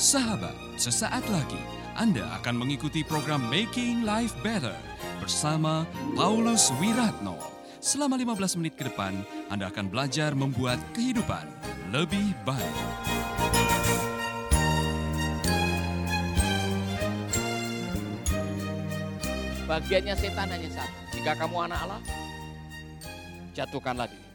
Sahabat, sesaat lagi Anda akan mengikuti program Making Life Better bersama Paulus Wiratno. Selama 15 menit ke depan, Anda akan belajar membuat kehidupan lebih baik. Bagiannya setan hanya satu. Jika kamu anak Allah, jatuhkanlah diri.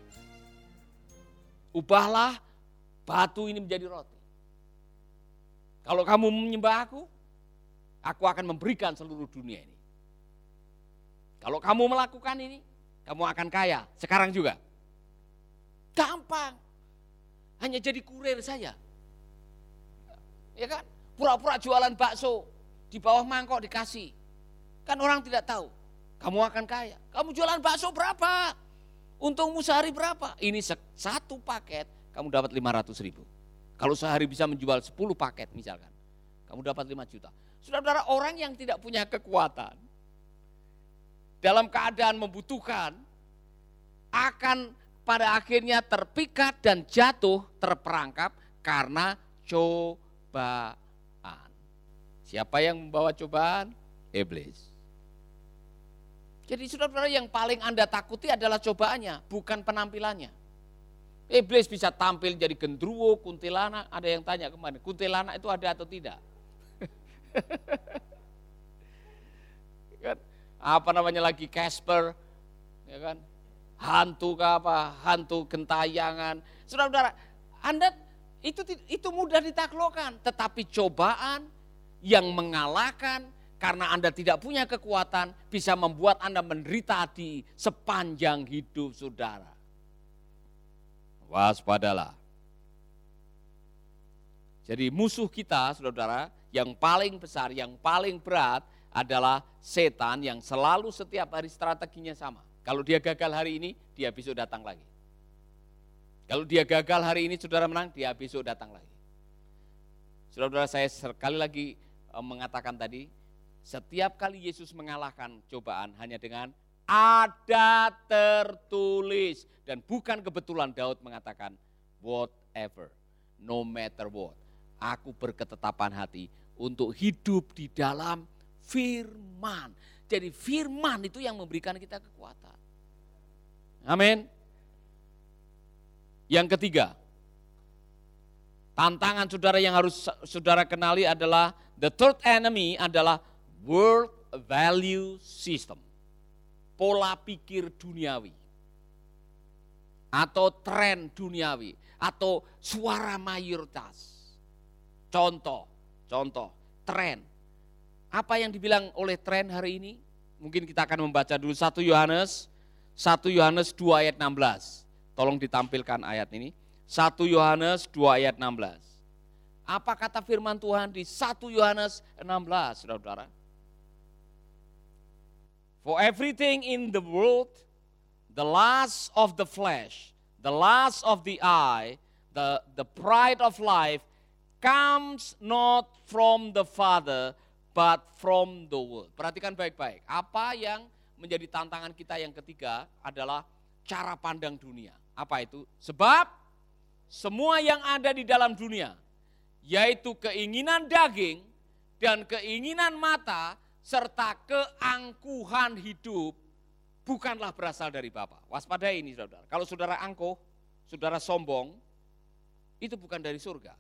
Ubahlah batu ini menjadi roti. Kalau kamu menyembah aku akan memberikan seluruh dunia ini. Kalau kamu melakukan ini, kamu akan kaya. Sekarang juga. Gampang. Hanya jadi kurir saja. Ya kan? Pura-pura jualan bakso. Di bawah mangkok dikasih. Kan orang tidak tahu. Kamu akan kaya. Kamu jualan bakso berapa? Untungmu sehari berapa? Ini satu paket, kamu dapat 500.000. Kalau sehari bisa menjual 10 paket misalkan, kamu dapat 5 juta. Saudara-saudara, orang yang tidak punya kekuatan, dalam keadaan membutuhkan, akan pada akhirnya terpikat dan jatuh terperangkap karena cobaan. Siapa yang membawa cobaan? Iblis. Jadi saudara-saudara, yang paling Anda takuti adalah cobaannya, bukan penampilannya. Iblis bisa tampil jadi gendruwo, kuntilanak. Ada yang tanya kemarin, kuntilanak itu ada atau tidak? Kan? Apa namanya lagi, Casper, ya kan? Hantu ke apa? Hantu gentayangan. Saudara-saudara, Anda itu mudah ditaklukkan, tetapi cobaan yang mengalahkan karena Anda tidak punya kekuatan bisa membuat Anda menderita di sepanjang hidup saudara. Waspadalah. Jadi musuh kita, saudara-saudara, yang paling besar, yang paling berat adalah setan yang selalu setiap hari strateginya sama. Kalau dia gagal hari ini, dia besok datang lagi. Kalau dia gagal hari ini, saudara menang, dia besok datang lagi. Saudara-saudara, saya sekali lagi mengatakan tadi, setiap kali Yesus mengalahkan cobaan hanya dengan ada tertulis. Dan bukan kebetulan Daud mengatakan, whatever, no matter what. Aku berketetapan hati untuk hidup di dalam firman. Jadi firman itu yang memberikan kita kekuatan. Amin. Yang ketiga, tantangan saudara yang harus saudara kenali adalah, the third enemy adalah world value system. Pola pikir duniawi. Atau tren duniawi, atau suara mayoritas. Contoh, tren. Apa yang dibilang oleh tren hari ini? Mungkin kita akan membaca dulu 1 Yohanes 2 ayat 16. Tolong ditampilkan ayat ini. 1 Yohanes 2 ayat 16. Apa kata firman Tuhan di 1 Yohanes 16, saudara-saudara? For everything in the world, the lust of the flesh, the lust of the eye, the pride of life comes not from the Father but from the world. Perhatikan baik-baik. Apa yang menjadi tantangan kita yang ketiga adalah cara pandang dunia. Apa itu? Sebab semua yang ada di dalam dunia, yaitu keinginan daging dan keinginan mata serta keangkuhan hidup, bukanlah berasal dari Bapa. Waspadai ini saudara. Kalau saudara angkuh, saudara sombong, itu bukan dari surga.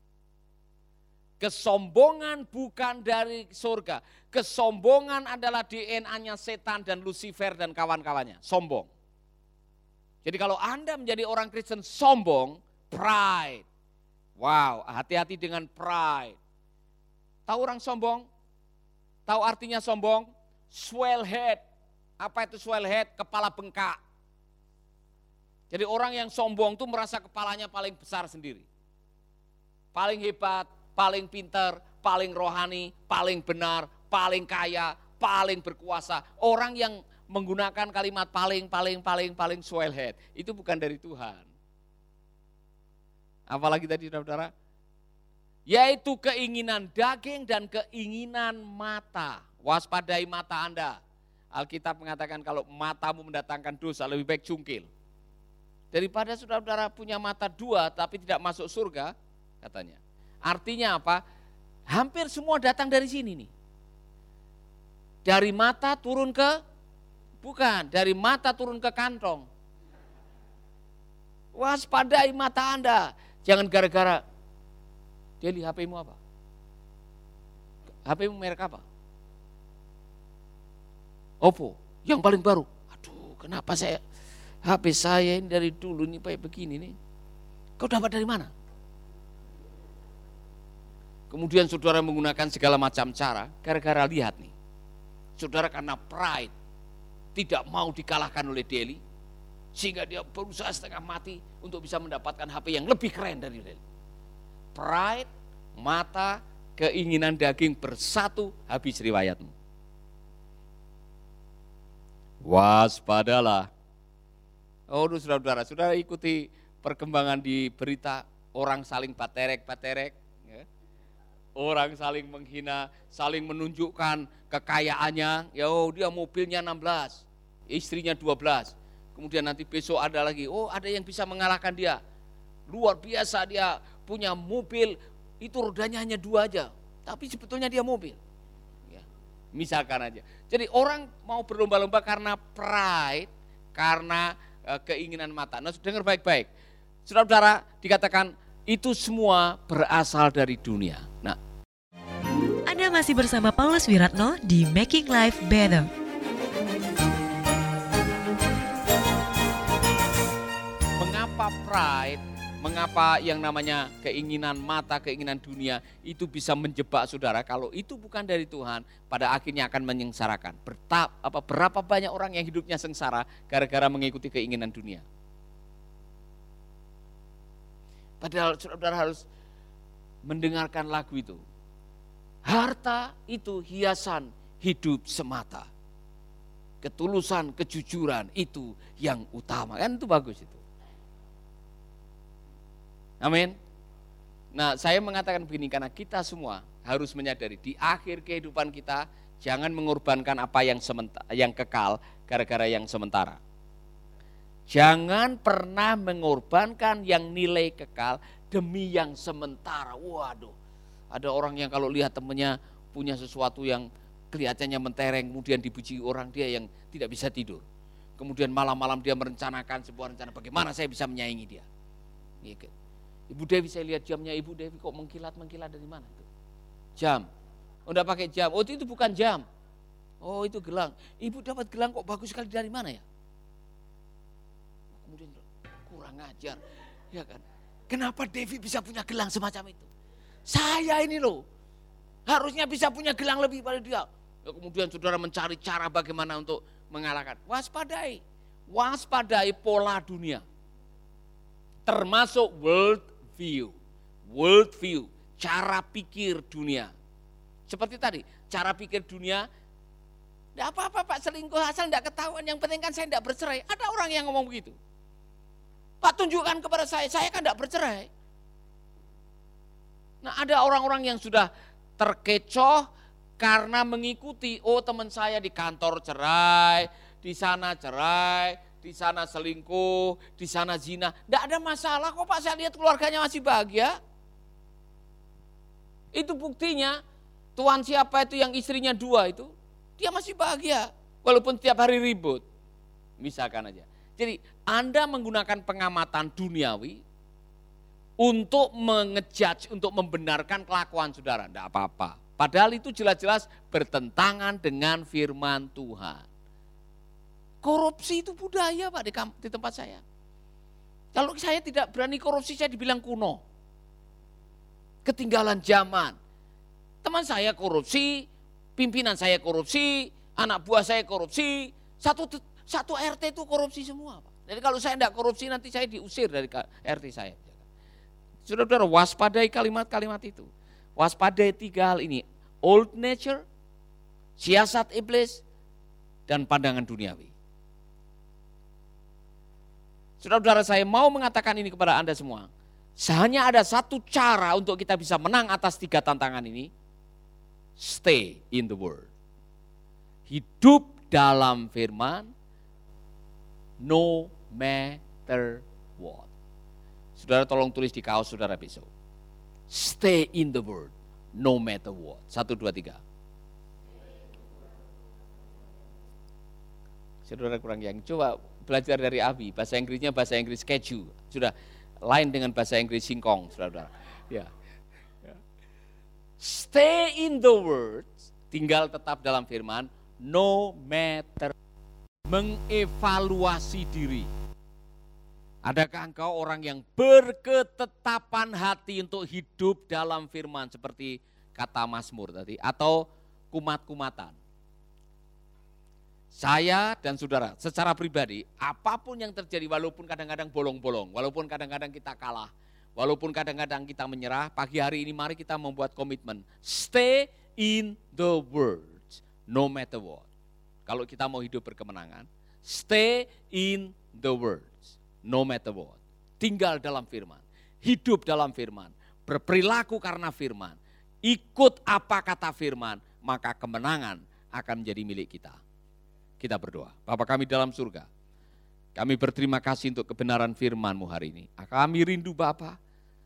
Kesombongan bukan dari surga. Kesombongan adalah DNA-nya setan dan Lucifer dan kawan-kawannya. Sombong. Jadi kalau Anda menjadi orang Kristen sombong, pride. Wow, hati-hati dengan pride. Tahu orang sombong? Tahu artinya sombong? Swell head. Apa itu swell head? Kepala bengkak. Jadi orang yang sombong itu merasa kepalanya paling besar sendiri. Paling hebat, paling pintar, paling rohani, paling benar, paling kaya, paling berkuasa. Orang yang menggunakan kalimat paling swell head, itu bukan dari Tuhan. Apalagi tadi saudara-saudara? Yaitu keinginan daging dan keinginan mata. Waspadai mata Anda. Alkitab mengatakan kalau matamu mendatangkan dosa, lebih baik cungkil. Daripada saudara-saudara punya mata dua tapi tidak masuk surga, katanya. Artinya apa? Hampir semua datang dari sini nih. Dari mata turun ke, bukan, dari mata turun ke kantong. Waspadai mata Anda. Jangan gara-gara, Deli HP-mu apa? HP-mu merek apa? Oppo, yang paling baru. Aduh, kenapa HP saya ini dari dulu ini kayak begini nih. Kau dapat dari mana? Kemudian saudara menggunakan segala macam cara, gara-gara lihat nih. Saudara karena pride, tidak mau dikalahkan oleh Deli, sehingga dia berusaha setengah mati untuk bisa mendapatkan HP yang lebih keren dari Deli. Pride, mata, keinginan daging bersatu, habis riwayatmu. Waspadalah. Oh, saudara-saudara, saudara ikuti perkembangan di berita, orang saling paterek-paterek, ya. Orang saling menghina, saling menunjukkan kekayaannya. Ya, oh, dia mobilnya 16, istrinya 12. Kemudian nanti besok ada lagi, oh ada yang bisa mengalahkan dia. Luar biasa, dia punya mobil, itu rodanya hanya 2 aja. Tapi sebetulnya dia mobil. Ya, misalkan aja. Jadi orang mau berlomba-lomba karena pride, karena keinginan mata. Nah, dengar baik-baik. Saudara-saudara, dikatakan itu semua berasal dari dunia. Nah, Anda masih bersama Paulus Wiratno di Making Life Better. mengapa pride, mengapa yang namanya keinginan mata, keinginan dunia itu bisa menjebak saudara? Kalau itu bukan dari Tuhan, pada akhirnya akan menyengsarakan. Berapa banyak orang yang hidupnya sengsara gara-gara mengikuti keinginan dunia? Padahal saudara harus mendengarkan lagu itu. Harta itu hiasan hidup semata. Ketulusan, kejujuran itu yang utama. Kan itu bagus itu. Amin. Nah, saya mengatakan begini karena kita semua harus menyadari di akhir kehidupan kita jangan mengorbankan apa yang kekal gara-gara yang sementara. Jangan pernah mengorbankan yang nilai kekal demi yang sementara. Waduh, ada orang yang kalau lihat temannya punya sesuatu yang kelihatannya mentereng, kemudian dipuji orang, dia yang tidak bisa tidur. Kemudian malam-malam dia merencanakan sebuah rencana bagaimana saya bisa menyaingi dia. Ibu Dewi, saya lihat jamnya Ibu Dewi kok mengkilat dari mana itu? Jam. Oh, enggak pakai jam. Oh, itu bukan jam. Oh, itu gelang. Ibu dapat gelang kok bagus sekali dari mana ya? Kemudian kurang ajar, ya kan? Kenapa Devi bisa punya gelang semacam itu? Saya ini loh, harusnya bisa punya gelang lebih pada dia. Ya, kemudian saudara mencari cara bagaimana untuk mengalahkan. Waspadai pola dunia. Termasuk world view, cara pikir dunia. Seperti tadi, cara pikir dunia, tidak apa-apa Pak selingkuh asal tidak ketahuan, yang penting kan saya tidak bercerai. Ada orang yang ngomong begitu. Pak tunjukkan kepada saya kan tidak bercerai. Nah, ada orang-orang yang sudah terkecoh karena mengikuti, oh teman saya di kantor cerai, di sana cerai, di sana selingkuh, di sana zina. Tidak ada masalah kok Pak, saya lihat keluarganya masih bahagia. Itu buktinya, tuan siapa itu yang istrinya 2 itu, dia masih bahagia. Walaupun tiap hari ribut, misalkan aja. Jadi Anda menggunakan pengamatan duniawi untuk mengejudge, untuk membenarkan kelakuan saudara, tidak apa-apa. Padahal itu jelas-jelas bertentangan dengan firman Tuhan. Korupsi itu budaya Pak di tempat saya. Kalau saya tidak berani korupsi, saya dibilang kuno. Ketinggalan zaman. Teman saya korupsi, pimpinan saya korupsi, anak buah saya korupsi, satu RT itu korupsi semua Pak. Jadi kalau saya tidak korupsi nanti saya diusir dari RT saya. Saudara-saudara, waspadai kalimat-kalimat itu. Waspadai 3 hal ini, old nature, siasat iblis, dan pandangan duniawi. Saudara-saudara, saya mau mengatakan ini kepada Anda semua. Hanya ada satu cara untuk kita bisa menang atas 3 tantangan ini. Stay in the word. Hidup dalam firman, no matter what. Saudara tolong tulis di kaos saudara besok. Stay in the word, no matter what. 1, 2, 3. Saudara kurang yang coba belajar dari Abi, bahasa Inggrisnya bahasa Inggris keju. Sudah lain dengan bahasa Inggris singkong, saudara. Ya. Stay in the word, tinggal tetap dalam firman, no matter. Mengevaluasi diri. Adakah engkau orang yang berketetapan hati untuk hidup dalam firman seperti kata Mazmur tadi, atau kumat-kumatan? Saya dan saudara secara pribadi, apapun yang terjadi, walaupun kadang-kadang bolong-bolong, walaupun kadang-kadang kita kalah, walaupun kadang-kadang kita menyerah, pagi hari ini mari kita membuat komitmen. Stay in the word, no matter what. Kalau kita mau hidup berkemenangan, stay in the word, no matter what. Tinggal dalam firman, hidup dalam firman, berperilaku karena firman, ikut apa kata firman, maka kemenangan akan menjadi milik kita. Kita berdoa. Bapa kami dalam surga, kami berterima kasih untuk kebenaran firman-Mu hari ini. Kami rindu Bapa,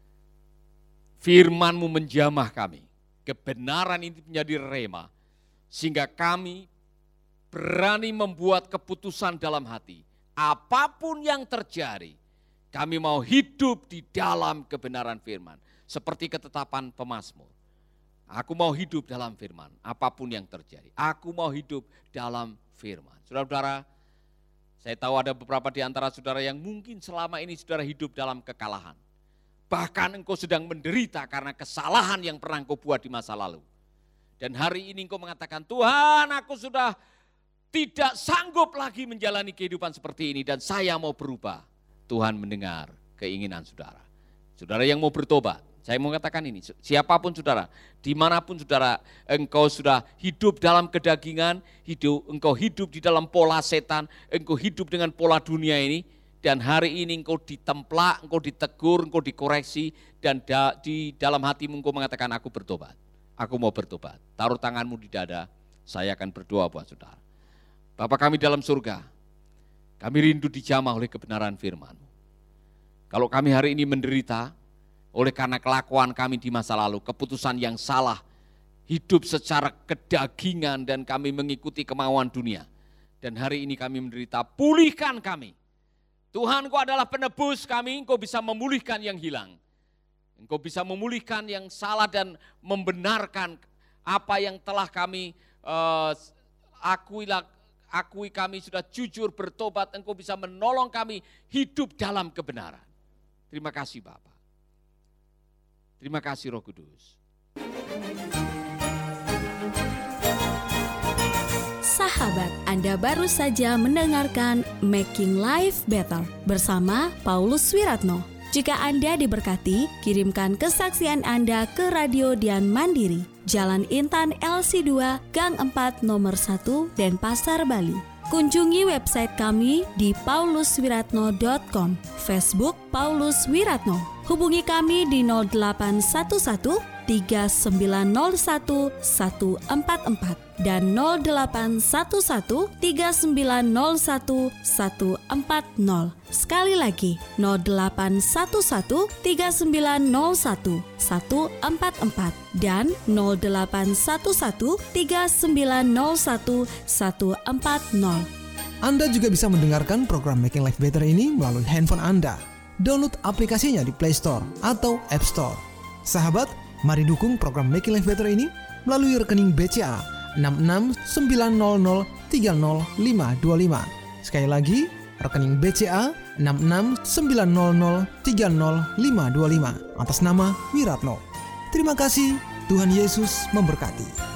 firman-Mu menjamah kami. Kebenaran ini menjadi rema, sehingga kami berani membuat keputusan dalam hati. Apapun yang terjadi, kami mau hidup di dalam kebenaran firman. Seperti ketetapan pemazmur. Aku mau hidup dalam firman, apapun yang terjadi. Aku mau hidup dalam firman. Saudara-saudara, saya tahu ada beberapa di antara saudara yang mungkin selama ini saudara hidup dalam kekalahan. Bahkan engkau sedang menderita karena kesalahan yang pernah engkau buat di masa lalu. Dan hari ini engkau mengatakan, Tuhan, aku sudah tidak sanggup lagi menjalani kehidupan seperti ini dan saya mau berubah. Tuhan mendengar keinginan saudara. Saudara yang mau bertobat, saya mau katakan ini, siapapun saudara, dimanapun saudara, engkau sudah hidup dalam kedagingan, engkau hidup di dalam pola setan, engkau hidup dengan pola dunia ini, dan hari ini engkau ditemplak, engkau ditegur, engkau dikoreksi, dan di dalam hatimu engkau mengatakan, aku bertobat, aku mau bertobat. Taruh tanganmu di dada, saya akan berdoa buat saudara. Bapa kami dalam surga, kami rindu dijamah oleh kebenaran firman-Mu. Kalau kami hari ini menderita, oleh karena kelakuan kami di masa lalu, keputusan yang salah, hidup secara kedagingan dan kami mengikuti kemauan dunia. Dan hari ini kami menderita, pulihkan kami. Tuhan, Engkau adalah penebus kami, Engkau bisa memulihkan yang hilang. Engkau bisa memulihkan yang salah dan membenarkan apa yang telah kami akui kami sudah jujur bertobat, Engkau bisa menolong kami hidup dalam kebenaran. Terima kasih Bapa. Terima kasih Roh Kudus. Sahabat, Anda baru saja mendengarkan Making Life Better bersama Paulus Wiratno. Jika Anda diberkati, kirimkan kesaksian Anda ke Radio Dian Mandiri, Jalan Intan LC2, Gang 4 Nomor 1, Denpasar, Bali. Kunjungi website kami di pauluswiratno.com, Facebook Paulus Wiratno. Hubungi kami di 0811 3901 144 dan 0811 3901 140. Sekali lagi 0811 3901 144 dan 0811 3901 140. Anda juga bisa mendengarkan program Making Life Better ini melalui handphone Anda. Download aplikasinya di Play Store atau App Store. Sahabat, mari dukung program Making Life Better ini melalui rekening BCA 6690300525. Sekali lagi, rekening BCA 6690300525 atas nama Wiratno. Terima kasih, Tuhan Yesus memberkati.